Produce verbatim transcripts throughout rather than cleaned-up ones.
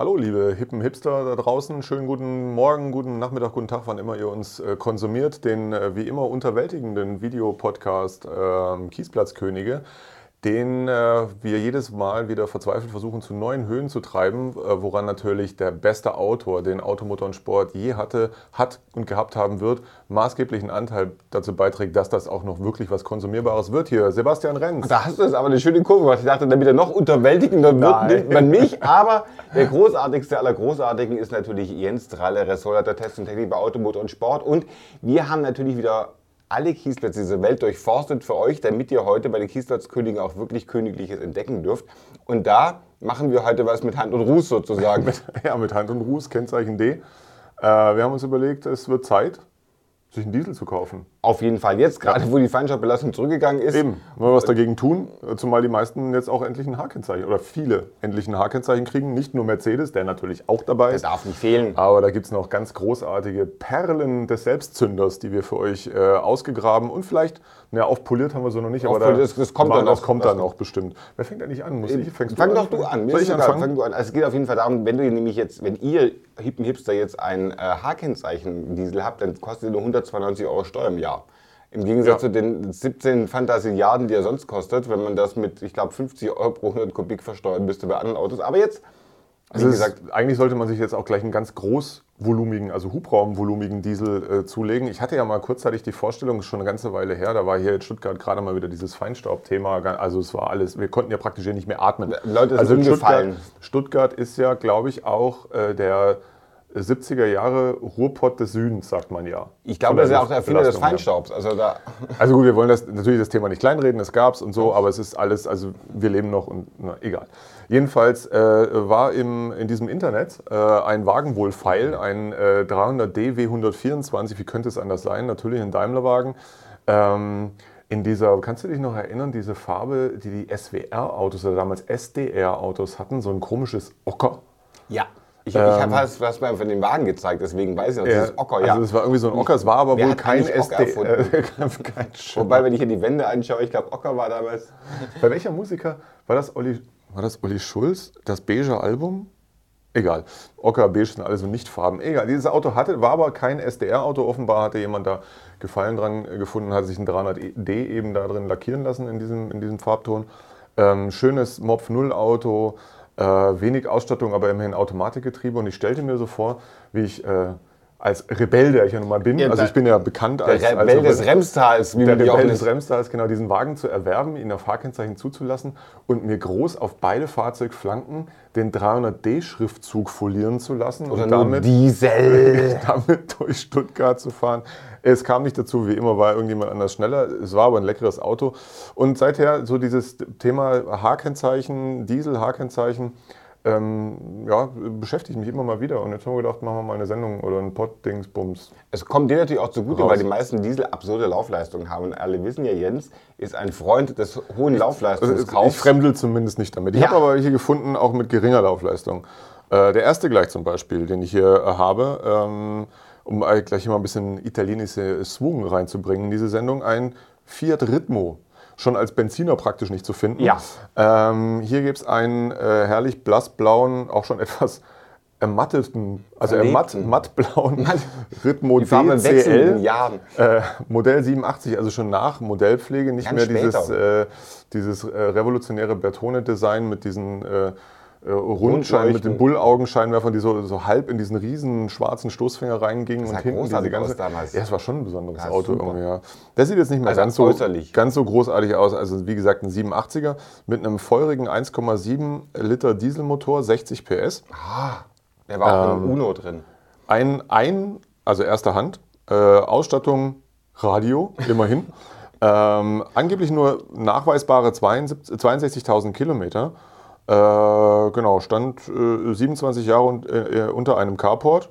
Hallo liebe hippen Hipster da draußen, schönen guten Morgen, guten Nachmittag, guten Tag, wann immer ihr uns äh, konsumiert. Den äh, wie immer unterwältigenden Videopodcast äh, Kiesplatzkönige, den äh, wir jedes Mal wieder verzweifelt versuchen zu neuen Höhen zu treiben, äh, woran natürlich der beste Autor, den Automotor und Sport je hatte, hat und gehabt haben wird, maßgeblichen Anteil dazu beiträgt, dass das auch noch wirklich was Konsumierbares wird hier. Sebastian Renz. Da hast du jetzt aber eine schöne Kurve gemacht. Ich dachte, damit er noch unterwältigender wird, nimmt man mich. Aber der großartigste aller Großartigen ist natürlich Jens Tralle, Ressortleiter Test und Technik bei Automotor und Sport. Und wir haben natürlich wieder alle Kiesplätze dieser Welt durchforstet für euch, damit ihr heute bei den Kiesplatzkönigen auch wirklich Königliches entdecken dürft. Und da machen wir heute was mit Hand und Ruß sozusagen. mit, ja, mit Hand und Ruß, Kennzeichen D. Äh, wir haben uns überlegt, es wird Zeit, sich einen Diesel zu kaufen. Auf jeden Fall jetzt, gerade wo die Feinstaubbelastung zurückgegangen ist. Eben, wollen wir was dagegen tun, zumal die meisten jetzt auch endlich ein H-Kennzeichen oder viele endlich ein H-Kennzeichen kriegen. Nicht nur Mercedes, der natürlich auch dabei ist. Der darf nicht fehlen. Aber da gibt es noch ganz großartige Perlen des Selbstzünders, die wir für euch äh, ausgegraben und vielleicht, naja, aufpoliert haben wir so noch nicht, aber da, das, das kommt dann das noch. kommt dann noch bestimmt. Wer fängt eigentlich an? Muss ich? Fängst Fang du doch an? du an. Mir Soll ich egal. anfangen? Fang du an. Also es geht auf jeden Fall darum, wenn du nämlich jetzt, wenn ihr hippen Hipster jetzt ein äh, H-Kennzeichen-Diesel habt, dann kostet ihr nur hundertzweiundneunzig Euro Steuer im Jahr. Im Gegensatz ja. zu den siebzehn Fantasiliarden, die er sonst kostet, wenn man das mit, ich glaube, fünfzig Euro pro hundert Kubik versteuern müsste bei anderen Autos. Aber jetzt, wie also gesagt... Ist, eigentlich sollte man sich jetzt auch gleich einen ganz großvolumigen, also Hubraumvolumigen Diesel äh, zulegen. Ich hatte ja mal kurzzeitig die Vorstellung, ist schon eine ganze Weile her, da war hier in Stuttgart gerade mal wieder dieses Feinstaubthema. Also es war alles, wir konnten ja praktisch hier nicht mehr atmen. Leute sind also umgefallen. Stuttgart, Stuttgart ist ja, glaube ich, auch äh, der siebziger Jahre Ruhrpott des Südens, sagt man ja. Ich glaube, das ist ja auch der Erfinder des Feinstaubs. Also, da also gut, wir wollen das, natürlich das Thema nicht kleinreden, es gab es und so, aber es ist alles, also wir leben noch und na, egal. Jedenfalls äh, war im, in diesem Internet äh, ein Wagenwohl-File, ein äh, dreihundert D W hundertvierundzwanzig, wie könnte es anders sein, natürlich ein Daimlerwagen. Ähm, in dieser, kannst du dich noch erinnern, diese Farbe, die die S W R-Autos oder damals S D R-Autos hatten, so ein komisches Ocker? Ja. Ich, ich habe was, was mir von dem Wagen gezeigt, deswegen weiß ich noch, dieses Ocker, ja. Also es war irgendwie so ein Ocker, es war aber Wer wohl hat kein eigentlich S D Ocker R. erfunden? Wobei, wenn ich hier die Wände anschaue, ich glaube, Ocker war damals... Bei welcher Musiker? War das Olli, war das Olli Schulz, das beige Album? Egal. Ocker, beige sind alle so Nichtfarben. Egal, dieses Auto hatte, war aber kein S D R-Auto. Offenbar hatte jemand da Gefallen dran gefunden, hat sich ein dreihundert D eben da drin lackieren lassen in diesem, in diesem Farbton. Ähm, schönes Mopf null Auto. Äh, wenig Ausstattung, aber immerhin Automatikgetriebe. Und ich stellte mir so vor, wie ich äh, als Rebell, der ich ja nun mal bin, ja, also ich bin ja bekannt als... Der Rebell als des Remstals. Wie der Rebell des Remstals, genau, diesen Wagen zu erwerben, ihn auf H-Kennzeichen zuzulassen und mir groß auf beide Fahrzeugflanken den dreihundert D-Schriftzug folieren zu lassen. Oder und nur damit, Diesel. damit durch Stuttgart zu fahren. Es kam nicht dazu, wie immer war irgendjemand anders schneller. Es war aber ein leckeres Auto. Und seither so dieses Thema H-Kennzeichen, Diesel-H-Kennzeichen, ähm, ja, beschäftigt mich immer mal wieder. Und jetzt haben wir gedacht, machen wir mal eine Sendung oder einen Pod-Dingsbums. Es kommt dir natürlich auch zugute, weil die meisten Diesel absurde Laufleistungen haben. Und alle wissen ja, Jens ist ein Freund des hohen Laufleistungskaufs. Also ich fremdel zumindest nicht damit. Ich ja. habe aber welche gefunden, auch mit geringer Laufleistung. Äh, der erste gleich zum Beispiel, den ich hier äh, habe, ähm, um gleich mal ein bisschen italienische Schwung reinzubringen in diese Sendung, ein Fiat Ritmo. Schon als Benziner praktisch nicht zu finden. Ja. Ähm, hier gibt es einen äh, herrlich blassblauen, auch schon etwas ermatteten, also ermatt, mattblauen Ritmo D C L. Äh, Modell siebenundachtzig, also schon nach Modellpflege, nicht Ganz mehr dieses, äh, dieses äh, revolutionäre Bertone-Design mit diesen äh, Rundschein mit den Bullaugenscheinwerfern, die so, so halb in diesen riesen schwarzen Stoßfänger reingingen und hinten diese ganze. Damals. Ja, es war schon ein besonderes ja, Auto irgendwie. Ja. Das sieht jetzt nicht mehr also ganz, so, ganz so großartig aus. Also wie gesagt ein siebenundachtziger mit einem feurigen eins Komma sieben Liter Dieselmotor, sechzig P S. Ah, der war auch ähm, im Uno drin. Ein, ein also erster Hand, äh, Ausstattung Radio, immerhin. ähm, angeblich nur nachweisbare zweiundsechzigtausend Kilometer. Äh, genau, stand äh, siebenundzwanzig Jahre und, äh, unter einem Carport.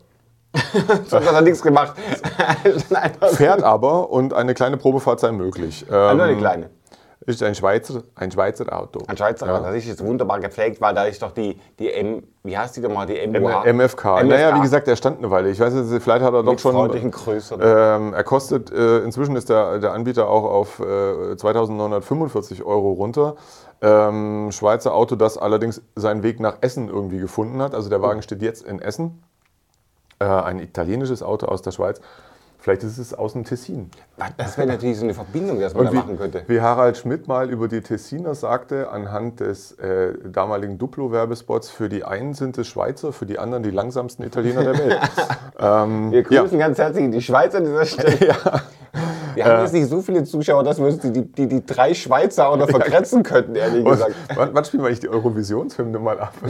Sonst hat er nichts gemacht. Fährt aber und eine kleine Probefahrt sei möglich. Ähm, Nur eine kleine. Ist ein Schweizer, ein Schweizer Auto. Ein Schweizer ja. Auto, das ist jetzt wunderbar gepflegt, weil da ist doch die, die M, wie heißt die nochmal, die M U A? M F K. Naja, wie gesagt, der stand eine Weile. Ich weiß nicht, vielleicht hat er doch Mit schon... freundlichen Grüßen. Ähm, er kostet, äh, inzwischen ist der, der Anbieter auch auf äh, zweitausendneunhundertfünfundvierzig Euro runter. Ähm, Schweizer Auto, das allerdings seinen Weg nach Essen irgendwie gefunden hat. Also der Wagen steht jetzt in Essen. Äh, ein italienisches Auto aus der Schweiz. Vielleicht ist es aus dem Tessin. Das wäre natürlich so eine Verbindung, die man Und da wie, machen könnte. Wie Harald Schmidt mal über die Tessiner sagte, anhand des äh, damaligen Duplo-Werbespots, für die einen sind es Schweizer, für die anderen die langsamsten Italiener der Welt. ähm, Wir grüßen ja. ganz herzlich die Schweizer an dieser Stelle. ja. Wir haben äh, jetzt nicht so viele Zuschauer, dass wir uns die, die, die drei Schweizer auch noch vergrätzen könnten, ehrlich gesagt. Wann, wann spielen wir eigentlich die Eurovisionshymne mal ab?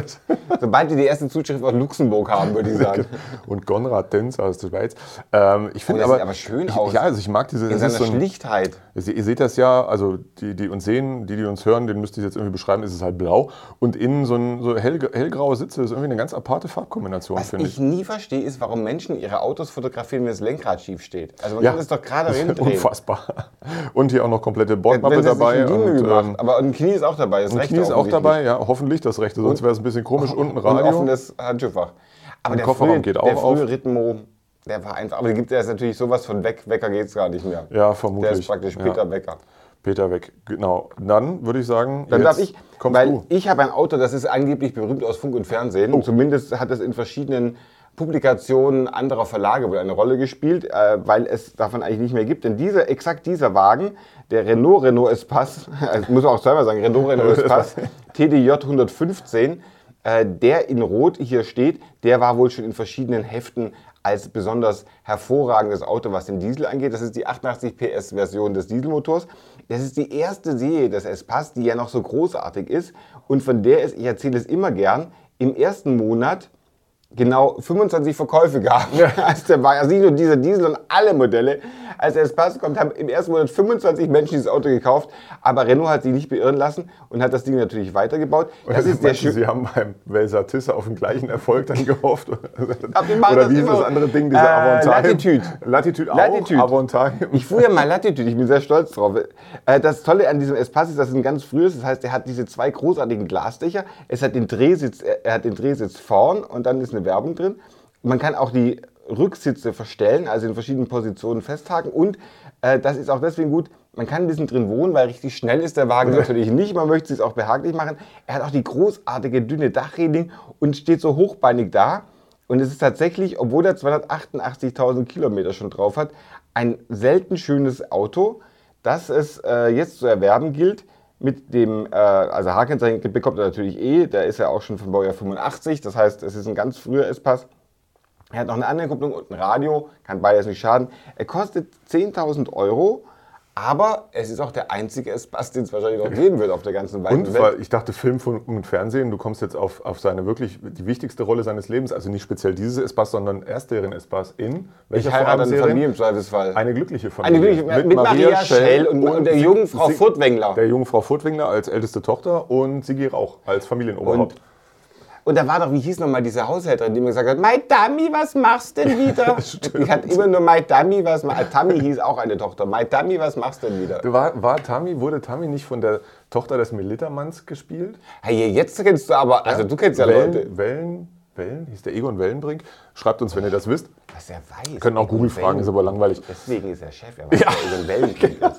Sobald wir die erste Zuschrift aus Luxemburg haben, würde ich sagen. Und Konrad Denz aus der Schweiz. Ähm, ich finde oh, aber, sieht aber schön ich, aus. Ja, also ich mag diese... In seiner so ein, Schlichtheit. Ihr seht das ja, also die, die uns sehen, die, die uns hören, den müsst ihr jetzt irgendwie beschreiben, ist es halt blau. Und innen so, ein, so hell, hellgraue Sitze, das ist irgendwie eine ganz aparte Farbkombination, finde ich. Was ich nie verstehe, ist, warum Menschen ihre Autos fotografieren, wenn das Lenkrad schief steht. Also man ja, kann das doch gerade das drehen. Unfassbar. Und hier auch noch komplette Bordmappe dabei. Und, ähm, aber ein Knie ist auch dabei. Das ein Knie ist auch dabei, ja, hoffentlich das rechte, sonst wäre es ein bisschen komisch. Und ein Radio. Und offenes Handschuhfach. Aber der Kofferraum frühe, geht auch der frühe auf. Ritmo, der war einfach, aber gibt es natürlich sowas von weg, Wecker geht es gar nicht mehr. Ja, vermutlich. Der ist praktisch Peter ja. Wecker. Peter Weg, genau. Dann würde ich sagen, dann jetzt darf ich, kommst weil du. ich habe ein Auto, das ist angeblich berühmt aus Funk und Fernsehen. Oh. Zumindest hat es in verschiedenen Publikationen anderer Verlage wohl eine Rolle gespielt, äh, weil es davon eigentlich nicht mehr gibt. Denn dieser, exakt dieser Wagen, der Renault Renault Espace, also muss man auch selber sagen, Renault Renault Espace T D J hundertfünfzehn, äh, der in Rot hier steht, der war wohl schon in verschiedenen Heften als besonders hervorragendes Auto, was den Diesel angeht. Das ist die achtundachtzig P S Version des Dieselmotors. Das ist die erste Serie des Espace, die ja noch so großartig ist und von der es, ich erzähle es immer gern, im ersten Monat genau fünfundzwanzig Verkäufe gab. Ja. Als der war, also nicht nur dieser Diesel, sondern alle Modelle. Als der Espace kommt, haben im ersten Monat fünfundzwanzig Menschen dieses Auto gekauft. Aber Renault hat sich nicht beirren lassen und hat das Ding natürlich weitergebaut. Das ist der du, Sie haben beim Welser Tisse auf den gleichen Erfolg dann gehofft? Aber Oder wie ist das andere Ding, dieser äh, Avantime? Latitude. Latitude auch? Latitude. Avantime. Ich fuhr ja mal Latitude, ich bin sehr stolz drauf. Das Tolle an diesem Espace ist, dass es ein ganz frühes, das heißt, er hat diese zwei großartigen Glasdächer. Es hat den Drehsitz, er hat den Drehsitz vorn und dann ist eine Werbung drin. Man kann auch die Rücksitze verstellen, also in verschiedenen Positionen festhaken und äh, das ist auch deswegen gut, man kann ein bisschen drin wohnen, weil richtig schnell ist der Wagen natürlich nicht, man möchte es auch behaglich machen. Er hat auch die großartige dünne Dachreling und steht so hochbeinig da und es ist tatsächlich, obwohl er zweihundertachtundachtzigtausend Kilometer schon drauf hat, ein selten schönes Auto, das es äh, jetzt zu erwerben gilt. Mit dem, äh, also H-Kennzeichen bekommt er natürlich eh, der ist ja auch schon vom Baujahr fünfundachtzig, das heißt, es ist ein ganz früher Espace. Er hat noch eine Anhängerkupplung und ein Radio, kann beides nicht schaden. Er kostet zehntausend Euro, aber es ist auch der einzige Espace, den es wahrscheinlich noch geben wird auf der ganzen weiten und, Welt. Weil ich dachte, Film und Fernsehen, du kommst jetzt auf, auf seine wirklich, die wichtigste Rolle seines Lebens, also nicht speziell dieses Espace, sondern ersteren Espace in welcher Ich heirate eine Familie im Zweifelsfall. Eine glückliche Familie. Eine glückliche, mit, mit Maria, Maria Schell und, und der jungen Frau Furtwängler. Der jungen Frau Furtwängler als älteste Tochter und Sigi Rauch als Familienoberhaupt. Und Und da war doch, wie hieß nochmal diese Haushälterin, die mir gesagt hat, My Dummy, was machst denn wieder? Ich hatte immer nur My Dummy, was machst Tammy hieß auch eine Tochter. My Dummy, was machst denn wieder? War, war Tammy, wurde Tammy nicht von der Tochter des Militermanns gespielt? Hey, jetzt kennst du aber, also du kennst ja Wellen, Leute. Wellen, Wellen, hieß der Egon Wellenbrink. Schreibt uns, wenn ihr das wisst. Was er weiß. Können auch Google fragen, ist aber langweilig. Deswegen ist er Chef, er weiß, ja. Der Egon Wellenbrink ist.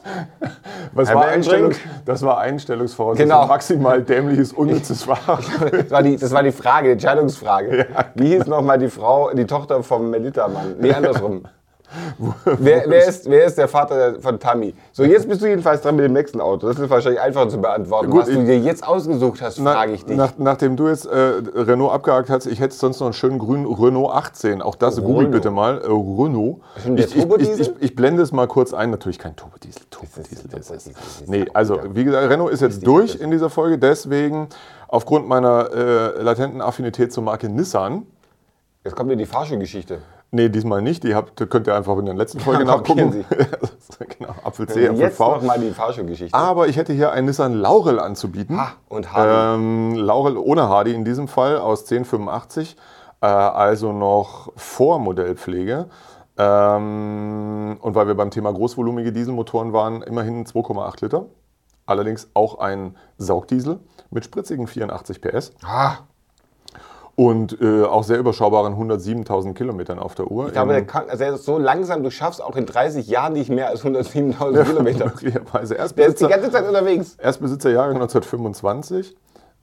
Was war Einstellungs, das war Einstellungsvoraussetzung. Genau. Maximal dämliches, unnützes Sprache. Das war, die, das war die Frage, die Entscheidungsfrage. Ja. Wie hieß nochmal die Frau, die Tochter vom Melita-Mann? Nee, andersrum. wer, wer, ist, wer ist der Vater von Tammy? So, jetzt bist du jedenfalls dran mit dem nächsten Auto. Das ist wahrscheinlich einfacher zu beantworten. Gut, was du dir jetzt ausgesucht hast, na, frage ich dich. Nach, nachdem du jetzt äh, Renault abgehakt hast, ich hätte sonst noch einen schönen grünen Renault achtzehn. Auch das, googelt bitte mal. Äh, Renault. Ich, ich, ich, ich, ich blende es mal kurz ein. Natürlich kein Turbodiesel. Turbodiesel ist es. Nee, also wie gesagt, Renault ist jetzt durch in dieser Folge. Deswegen, aufgrund meiner äh, latenten Affinität zur Marke Nissan. Jetzt kommt mir die Fahrschulgeschichte. Nee, diesmal nicht. Die habt, könnt ihr einfach in der letzten Folge ja, nachgucken. Sie. Genau, Apfel C, Apfel Jetzt V. noch mal die Fahrschulgeschichte. Aber ich hätte hier einen Nissan Laurel anzubieten. Ha, und Hardy. Ähm, Laurel ohne Hardy in diesem Fall aus zehn fünfundachtzig. Äh, also noch vor Modellpflege. Ähm, und weil wir beim Thema großvolumige Dieselmotoren waren, immerhin zwei Komma acht Liter. allerdings auch ein Saugdiesel mit spritzigen vierundachtzig P S. Ah. Und äh, auch sehr überschaubaren hundertsiebentausend Kilometern auf der Uhr. Ich glaube, der kann, also er ist so langsam, du schaffst auch in dreißig Jahren nicht mehr als hundertsiebentausend ja, Kilometer. Möglicherweise. Der ist die ganze Zeit unterwegs. Erstbesitzer Jahrgang neunzehnhundertfünfundzwanzig.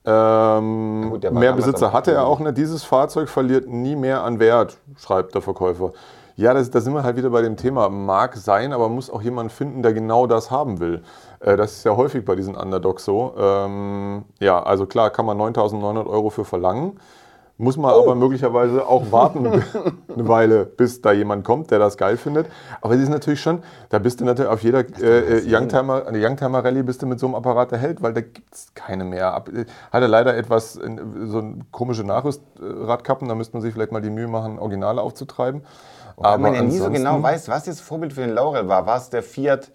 Ähm, Gut, mehr Besitzer hatte er auch nicht. Dieses Fahrzeug verliert nie mehr an Wert, schreibt der Verkäufer. Ja, da sind wir halt wieder bei dem Thema. Mag sein, aber muss auch jemand finden, der genau das haben will. Äh, das ist ja häufig bei diesen Underdogs so. Ähm, ja, also klar, kann man neuntausendneunhundert Euro für verlangen. Muss man oh. aber möglicherweise auch warten eine Weile, bis da jemand kommt, der das geil findet. Aber es ist natürlich schon, da bist du natürlich auf jeder äh, Youngtimer, eine Youngtimer Rallye bist du mit so einem Apparat der Held, weil da gibt es keine mehr. Hat er leider etwas, so ein komische Nachrüstradkappen, da müsste man sich vielleicht mal die Mühe machen, Originale aufzutreiben. Weil aber man ja nie so genau weiß, was das Vorbild für den Laurel war. War es der Fiat,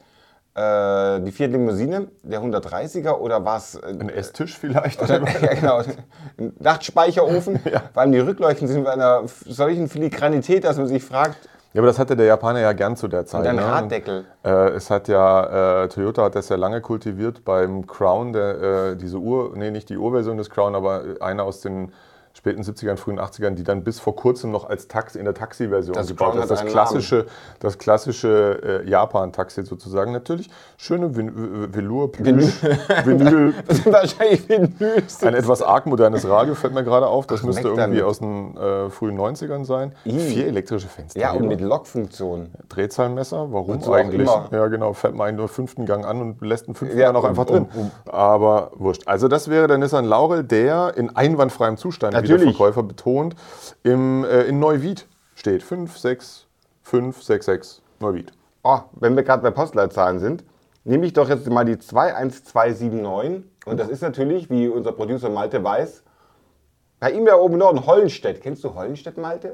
äh, die Fiat Limousine, der hundertdreißiger oder war es... Äh, ein Esstisch vielleicht? Oder, ja, genau. Ein Nachtspeicherofen. Ja. Vor allem die Rückleuchten sind bei einer solchen Filigranität, dass man sich fragt... Ja, aber das hatte der Japaner ja gern zu der Zeit. Und dann ne? Raddeckel. Äh, es hat ja, äh, Toyota hat das ja lange kultiviert beim Crown, der, äh, diese Uhr, nee, nicht die Urversion des Crown, aber einer aus den späten siebzigern, frühen achtzigern, die dann bis vor kurzem noch als Taxi in der Taxi-Version das gebaut hat. Das klassische, das klassische äh, Japan-Taxi sozusagen. Natürlich schöne Velour, Vinyl. Das sind wahrscheinlich Vinyl. Ein etwas arg modernes Radio fällt mir gerade auf. Das Ach, müsste irgendwie damit. aus den äh, frühen neunzigern sein. I. Vier elektrische Fenster. Ja, und mit Lokfunktion. Drehzahlmesser, warum und so eigentlich? Immer. Ja, genau, fährt man einen nur fünften Gang an und lässt den fünften ja, Gang noch um, einfach drin. Um, um. Aber wurscht. Also das wäre der Nissan Laurel, der in einwandfreiem Zustand, Natürlich. wie der Verkäufer betont, im, äh, in Neuwied steht. fünf sechs fünf sechs sechs Neuwied. Oh, wenn wir gerade bei Postleitzahlen sind, nehme ich doch jetzt mal die zwei eins zwei sieben neun. Und das ist natürlich, wie unser Producer Malte weiß, bei ihm ja oben im Norden Hollenstedt. Kennst du Hollenstedt, Malte?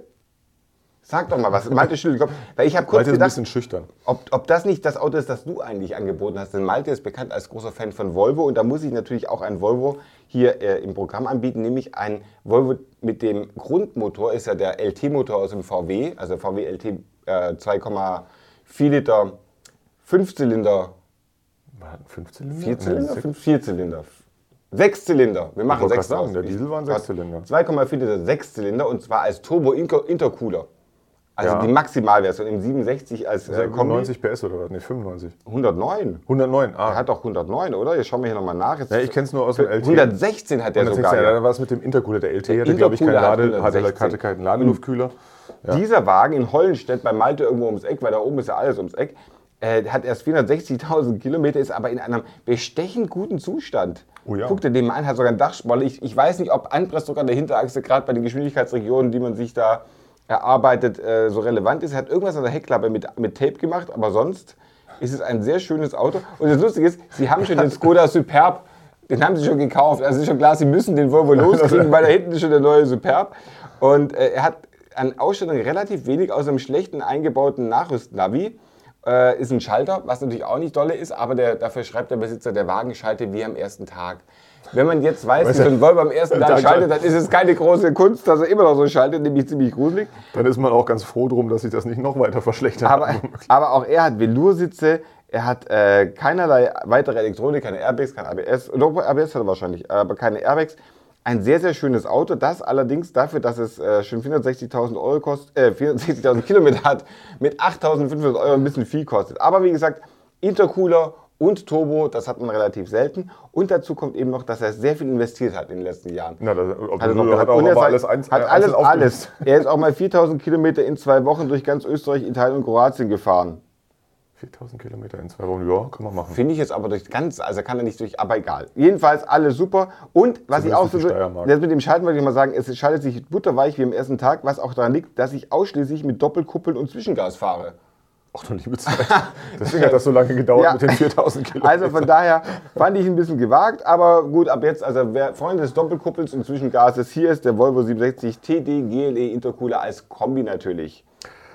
Sag doch mal was. Malte schüttelt den Kopf. Weil ich habe kurz Malte ist gedacht, ein bisschen schüchtern. Ob, ob das nicht das Auto ist, das du eigentlich angeboten hast. Denn Malte ist bekannt als großer Fan von Volvo. Und da muss ich natürlich auch ein Volvo hier äh, im Programm anbieten. Nämlich ein Volvo mit dem Grundmotor, ist ja der L T-Motor aus dem V W. Also V W L T äh, zwei Komma vier Liter, Fünfzylinder. Fünfzylinder? Vierzylinder? Fünf, Vierzylinder. Sechszylinder. Wir machen sechs sagen, der Diesel waren Sechszylinder. zwei Komma vier Liter Sechszylinder und zwar als Turbo-Intercooler. Also ja. die Maximalversion im siebenundsechzig als äh, Kombi. neunzig P S oder was? Ne, fünfundneunzig. hundertneun. hundertneun, ah. Er hat doch hundertneun, oder? Jetzt schauen wir hier nochmal nach. Jetzt ja, ich kenne es nur aus dem L T. hundertsechzehn hat der sogar. Ja, da war es mit dem Intercooler. Der L T hatte, glaube ich, keinen Lade, hatte, hatte keinen Ladeluftkühler. Ja. Dieser Wagen in Hollenstedt bei Malte irgendwo ums Eck, weil da oben ist ja alles ums Eck, äh, hat erst vierhundertsechzigtausend Kilometer, ist aber in einem bestechend guten Zustand. Oh ja. Guck dir den mal an, hat sogar einen Dachspoiler. Ich, ich weiß nicht, ob Anpressdruck an der Hinterachse gerade bei den Geschwindigkeitsregionen, die man sich da erarbeitet, äh, so relevant ist. Er hat irgendwas an der Heckklappe mit, mit Tape gemacht, aber sonst ist es ein sehr schönes Auto. Und das Lustige ist, sie haben schon den Skoda Superb, den haben sie schon gekauft. Also ist schon klar, sie müssen den Volvo loskriegen, weil da hinten ist schon der neue Superb. Und äh, er hat an Ausstattung relativ wenig, außer einem schlechten eingebauten Nachrüstnavi. Äh, ist ein Schalter, was natürlich auch nicht dolle ist, aber der, dafür schreibt der Besitzer, der Wagen schaltet wie am ersten Tag. Wenn man jetzt weiß, wie so ein Volvo am ersten Tag schaltet, dann ist es keine große Kunst, dass er immer noch so schaltet, nämlich ziemlich gruselig. Dann ist man auch ganz froh drum, dass sich das nicht noch weiter verschlechtert. Aber, aber auch er hat Veloursitze, er hat äh, keinerlei weitere Elektronik, keine Airbags, kein A B S, oder A B S hat er wahrscheinlich, aber keine Airbags. Ein sehr, sehr schönes Auto, das allerdings dafür, dass es äh, schon vierhundertsechzigtausend Euro kostet, äh, vierhundertsechzigtausend Kilometer hat, mit achttausendfünfhundert Euro ein bisschen viel kostet. Aber wie gesagt, Intercooler und Turbo, das hat man relativ selten. Und dazu kommt eben noch, dass er sehr viel investiert hat in den letzten Jahren. Na, das, ob hat, er noch, hat auch und er aber alles, alles, hat alles, alles. Er ist auch mal viertausend Kilometer in zwei Wochen durch ganz Österreich, Italien und Kroatien gefahren. viertausend Kilometer in zwei Wochen, ja, kann man machen. Finde ich jetzt aber durch ganz, also kann er nicht durch, aber egal. Jedenfalls alles super. Und was so ich auch so, das mit dem Schalten wollte ich mal sagen, es schaltet sich butterweich wie am ersten Tag, was auch daran liegt, dass ich ausschließlich mit Doppelkuppeln und Zwischengas fahre. Ach, doch liebe Zeit. Deswegen hat das so lange gedauert ja. mit den viertausend Kilometern. Also von daher fand ich ein bisschen gewagt, aber gut, ab jetzt, also wer Freunde des Doppelkuppels und Zwischengases, hier ist der Volvo siebenundsechzig T D G L E Intercooler als Kombi natürlich.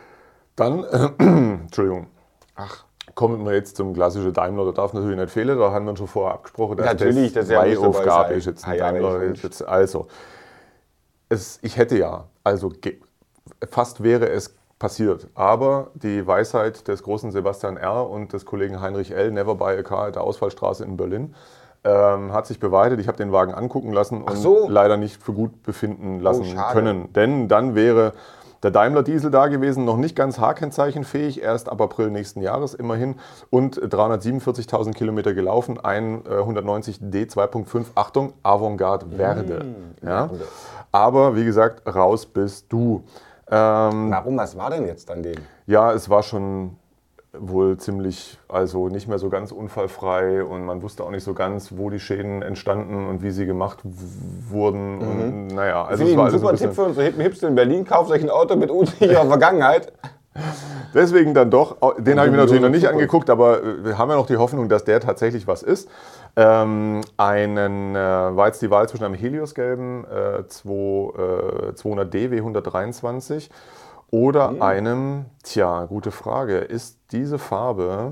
Dann, äh, Entschuldigung. Ach. Kommen wir jetzt zum klassischen Daimler, da darf natürlich nicht fehlen, da haben wir schon vorher abgesprochen, dass natürlich, das eine Aufgabe ist jetzt ein ja, Daimler. Ja, jetzt, also, es, ich hätte ja, also fast wäre es passiert. Aber die Weisheit des großen Sebastian R. und des Kollegen Heinrich L., Never Buy a Car at der Ausfallstraße in Berlin, ähm, hat sich bewahrheitet. Ich habe den Wagen angucken lassen und so. leider nicht für gut befinden lassen Oh, können. Denn dann wäre der Daimler Diesel da gewesen, noch nicht ganz H-Kennzeichenfähig, erst ab April nächsten Jahres immerhin und dreihundertsiebenundvierzigtausend Kilometer gelaufen, ein äh, hundertneunzig D zwei Punkt fünf, Achtung, Avantgarde Verde. Mm, ja. Aber wie gesagt, raus bist du. Ähm, Warum, was war denn jetzt an dem? ja, es war schon wohl ziemlich, also nicht mehr so ganz unfallfrei und man wusste auch nicht so ganz, wo die Schäden entstanden und wie sie gemacht w- wurden. Mhm. Und naja, also Das es war ist ein alles super ein Tipp bisschen, für unsere hippen Hipster in Berlin. Kauft euch ein Auto mit unsicherer Vergangenheit. deswegen dann doch, den habe ich mir natürlich noch nicht Zukunft. angeguckt, aber wir haben ja noch die Hoffnung, dass der tatsächlich was ist. Ähm, einen, äh, war jetzt die Wahl zwischen einem Helios-gelben äh, zweihundert D W hundertdreiundzwanzig oder Mhm. einem, tja, gute Frage, ist diese Farbe,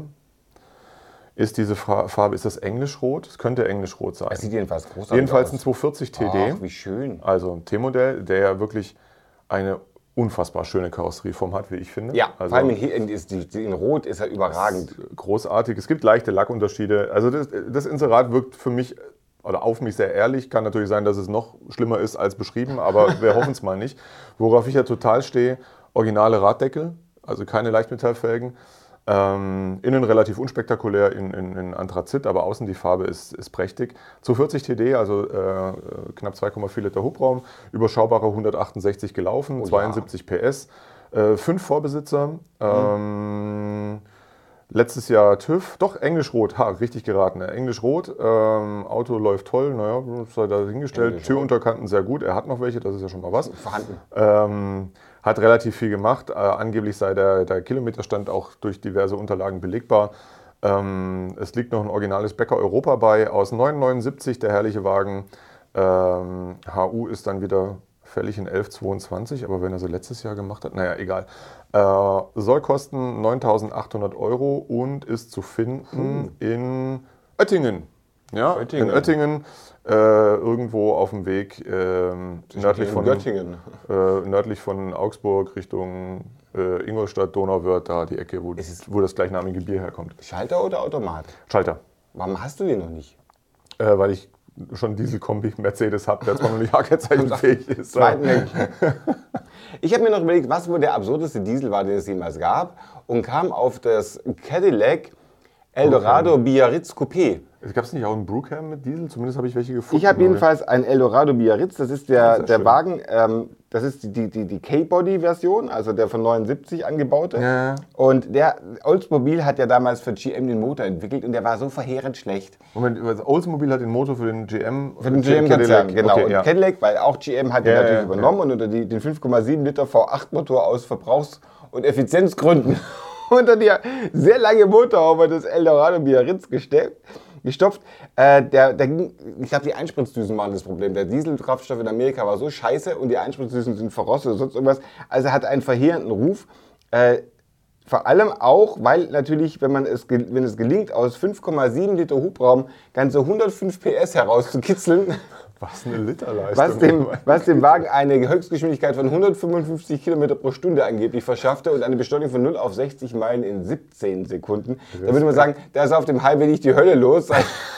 ist diese Fra- Farbe, ist das Englischrot? Es könnte Englischrot sein. Das sieht jedenfalls großartig Jedenfalls ein aus. zweihundertvierzig T D. Ach, wie schön. Also ein T-Modell, der ja wirklich eine unfassbar schöne Karosserieform hat, wie ich finde. Ja, also vor allem in, in, ist die, die in Rot ist er überragend. großartig. Es gibt leichte Lackunterschiede. Also das, das Inserat wirkt für mich oder auf mich sehr ehrlich. Kann natürlich sein, dass es noch schlimmer ist als beschrieben, aber wir hoffen es mal nicht. Worauf ich ja total stehe, originale Raddeckel, also keine Leichtmetallfelgen. Ähm, innen relativ unspektakulär in, in, in Anthrazit, aber außen die Farbe ist, ist prächtig. zweihundertvierzig T D, also äh, knapp zwei Komma vier Liter Hubraum, überschaubare hundertachtundsechzig gelaufen, Oh, zweiundsiebzig P S, äh, fünf Vorbesitzer. Ähm, letztes Jahr TÜV, doch Englischrot, ha, richtig geraten. äh, Englischrot, ähm, Auto läuft toll, naja, sei da hingestellt. Englischrot. Türunterkanten sehr gut, er hat noch welche, das ist ja schon mal was. Vorhanden. Ähm, hat relativ viel gemacht. Äh, angeblich sei der, der Kilometerstand auch durch diverse Unterlagen belegbar. Ähm, es liegt noch ein originales Bäcker Europa bei aus neunzehnhundertneunundsiebzig, der herrliche Wagen. Ähm, H U ist dann wieder fällig in elf Komma zweiundzwanzig, aber wenn er so letztes Jahr gemacht hat, naja, egal. Äh, soll kosten neuntausendachthundert Euro und ist zu finden hm. in Oettingen. Ja, Oettingen. in Oettingen, äh, irgendwo auf dem Weg äh, nördlich, in von, Göttingen. äh, nördlich von Augsburg Richtung äh, Ingolstadt, Donauwörth, da die Ecke, wo, Ist wo das gleichnamige Bier herkommt. Schalter oder Automat? Schalter, Warum hast du den noch nicht? äh, weil ich schon Dieselkombi Mercedes habe, der zwar noch nicht H-Kennzeichenfähig ist. Zweiten Ich habe mir noch überlegt, was wohl der absurdeste Diesel war, den es jemals gab, und kam auf das Cadillac Eldorado Biarritz Coupé. Gab es nicht auch einen Brookham mit Diesel? Zumindest habe ich welche gefunden. Ich habe jedenfalls einen Eldorado Biarritz, das ist der, Sehr der schön. Wagen, ähm, das ist die, die, die K-Body-Version, also der von neunundsiebzig angebaute. Ja. Und der Oldsmobile hat ja damals für G M den Motor entwickelt und der war so verheerend schlecht. Moment, Oldsmobile hat den Motor für den G M. Für den G M-Konzern, genau. Okay, und ja. Cadillac, weil auch G M hat den Ja, natürlich ja, übernommen und unter die, den fünf Komma sieben Liter V acht Motor aus Verbrauchs- und Effizienzgründen unter die sehr lange Motorhaube des Eldorado Biarritz gesteckt. Gestopft. Äh, der, der ging, ich glaube, die Einspritzdüsen waren das Problem. Der Dieselkraftstoff in Amerika war so scheiße und die Einspritzdüsen sind verrostet oder sonst irgendwas. Also er hat einen verheerenden Ruf. Äh, vor allem auch, weil natürlich, wenn, man es, wenn es gelingt, aus fünf Komma sieben Liter Hubraum ganze hundertfünf P S herauszukitzeln, Was eine Literleistung. was dem, was dem Wagen eine Höchstgeschwindigkeit von hundertfünfundfünfzig Kilometer pro Stunde angeblich verschaffte und eine Beschleunigung von null auf sechzig Meilen in siebzehn Sekunden. Da würde man sagen, da ist auf dem Highway nicht die Hölle los.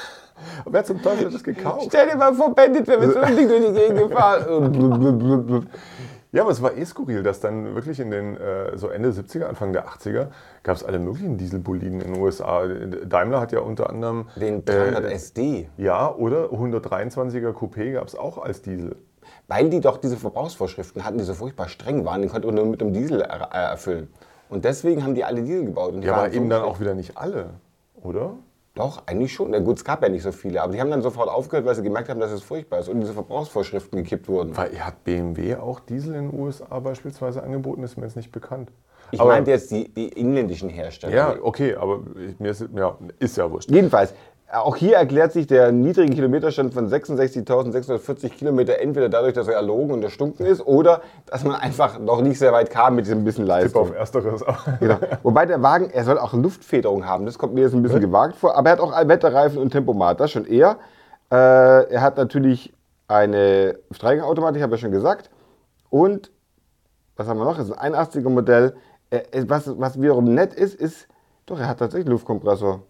Wer zum Teufel hat das gekauft? Stell dir mal vor, Bandit wäre mit so einem Ding durch die Gegend gefahren. Ja, aber es war eh skurril, dass dann wirklich in den äh, so Ende siebziger, Anfang der achtziger gab es alle möglichen Dieselboliden in den U S A. Daimler hat ja unter anderem Den dreihundert S D. Ja, oder hundertdreiundzwanziger Coupé gab es auch als Diesel. Weil die doch diese Verbrauchsvorschriften hatten, die so furchtbar streng waren, den konnte man nur mit dem Diesel er äh, erfüllen. Und deswegen haben die alle Diesel gebaut. Und die Ja, waren aber so eben dann schlecht. auch wieder nicht alle, oder? Doch, eigentlich schon. Na gut, es gab ja nicht so viele, aber die haben dann sofort aufgehört, weil sie gemerkt haben, dass es furchtbar ist und diese Verbrauchsvorschriften gekippt wurden. Weil hat B M W auch Diesel in den U S A beispielsweise angeboten, ist mir jetzt nicht bekannt. Ich aber, meinte jetzt die, die inländischen Hersteller. Ja, okay, aber ich, mir ist, ja, ist ja wurscht. Jedenfalls, auch hier erklärt sich der niedrige Kilometerstand von sechsundsechzigtausendsechshundertvierzig Kilometer entweder dadurch, dass er erlogen und erstunken ist, oder dass man einfach noch nicht sehr weit kam mit diesem bisschen Tipp Leistung. auf Ersteres. Genau. Wobei der Wagen, er soll auch Luftfederung haben, das kommt mir jetzt ein bisschen gewagt vor, aber er hat auch Allwetterreifen und Tempomat, das schon eher. Äh, er hat natürlich eine Streikenautomatik, habe ich ja schon gesagt, und was haben wir noch? Das ist ein einundachtziger Modell. Äh, was, was wiederum nett ist, ist, doch, er hat tatsächlich einen Luftkompressor.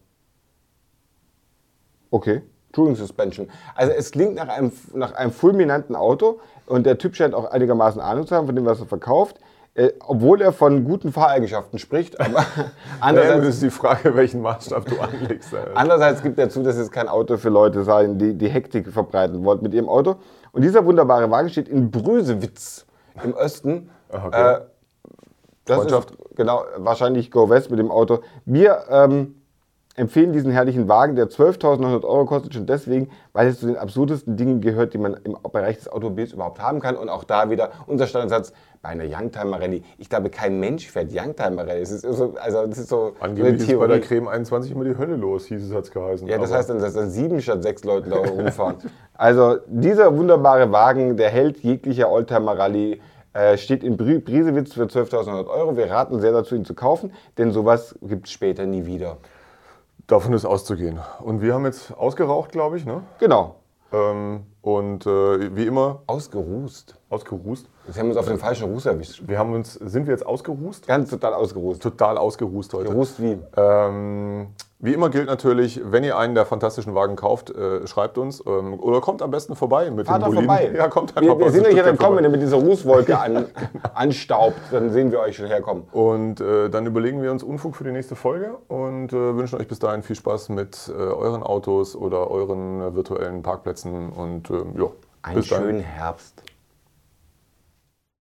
Okay. Touring Suspension. Also es klingt nach einem, nach einem fulminanten Auto und der Typ scheint auch einigermaßen Ahnung zu haben von dem, was er verkauft. Äh, obwohl er von guten Fahreigenschaften spricht. Aber andererseits ist die Frage, welchen Maßstab du anlegst. Alter. Andererseits gibt er zu, dass es kein Auto für Leute sein, die die Hektik verbreiten wollen mit ihrem Auto. Und dieser wunderbare Wagen steht in Brüsewitz im Osten. Okay. Äh, das ist genau, wahrscheinlich Go West mit dem Auto. Wir ähm, empfehlen diesen herrlichen Wagen, der zwölftausendneunhundert Euro kostet, schon deswegen, weil es zu den absurdesten Dingen gehört, die man im Bereich des Automobils überhaupt haben kann. Und auch da wieder unser Standardsatz bei einer Youngtimer Rallye. Ich glaube, kein Mensch fährt Youngtimer Rallye. Es ist so, also das ist so angeblich ist bei der Creme einundzwanzig immer die Hölle los, hieß es, hat es geheißen. Ja, das heißt dann, dass dann sieben statt sechs Leute da rumfahren. Also dieser wunderbare Wagen, der Held jeglicher Oldtimer Rallye, äh, steht in Briesewitz für zwölftausendneunhundert Euro. Wir raten sehr dazu, ihn zu kaufen, denn sowas gibt es später nie wieder. Davon ist auszugehen. Und wir haben jetzt ausgeraucht, glaube ich, ne? Genau. Ähm, und äh, wie immer... Ausgerußt. Ausgerußt. Jetzt haben wir uns auf den falschen Ruß erwischt. Wir haben uns, sind wir jetzt ausgerußt? Ganz total ausgerußt. Total ausgerußt heute. Gerußt wie? Ähm, wie immer gilt natürlich, wenn ihr einen der fantastischen Wagen kauft, äh, schreibt uns ähm, oder kommt am besten vorbei mit Fahrt dem Boliden. vorbei. Ja, kommt einfach wir wir sehen euch ja dann kommen, wenn ihr mit dieser Rußwolke ja, an, genau. anstaubt. Dann sehen wir euch schon herkommen. Und äh, dann überlegen wir uns Unfug für die nächste Folge und äh, wünschen euch bis dahin viel Spaß mit äh, euren Autos oder euren äh, virtuellen Parkplätzen. Und äh, ja, Einen bis dahin. schönen Herbst.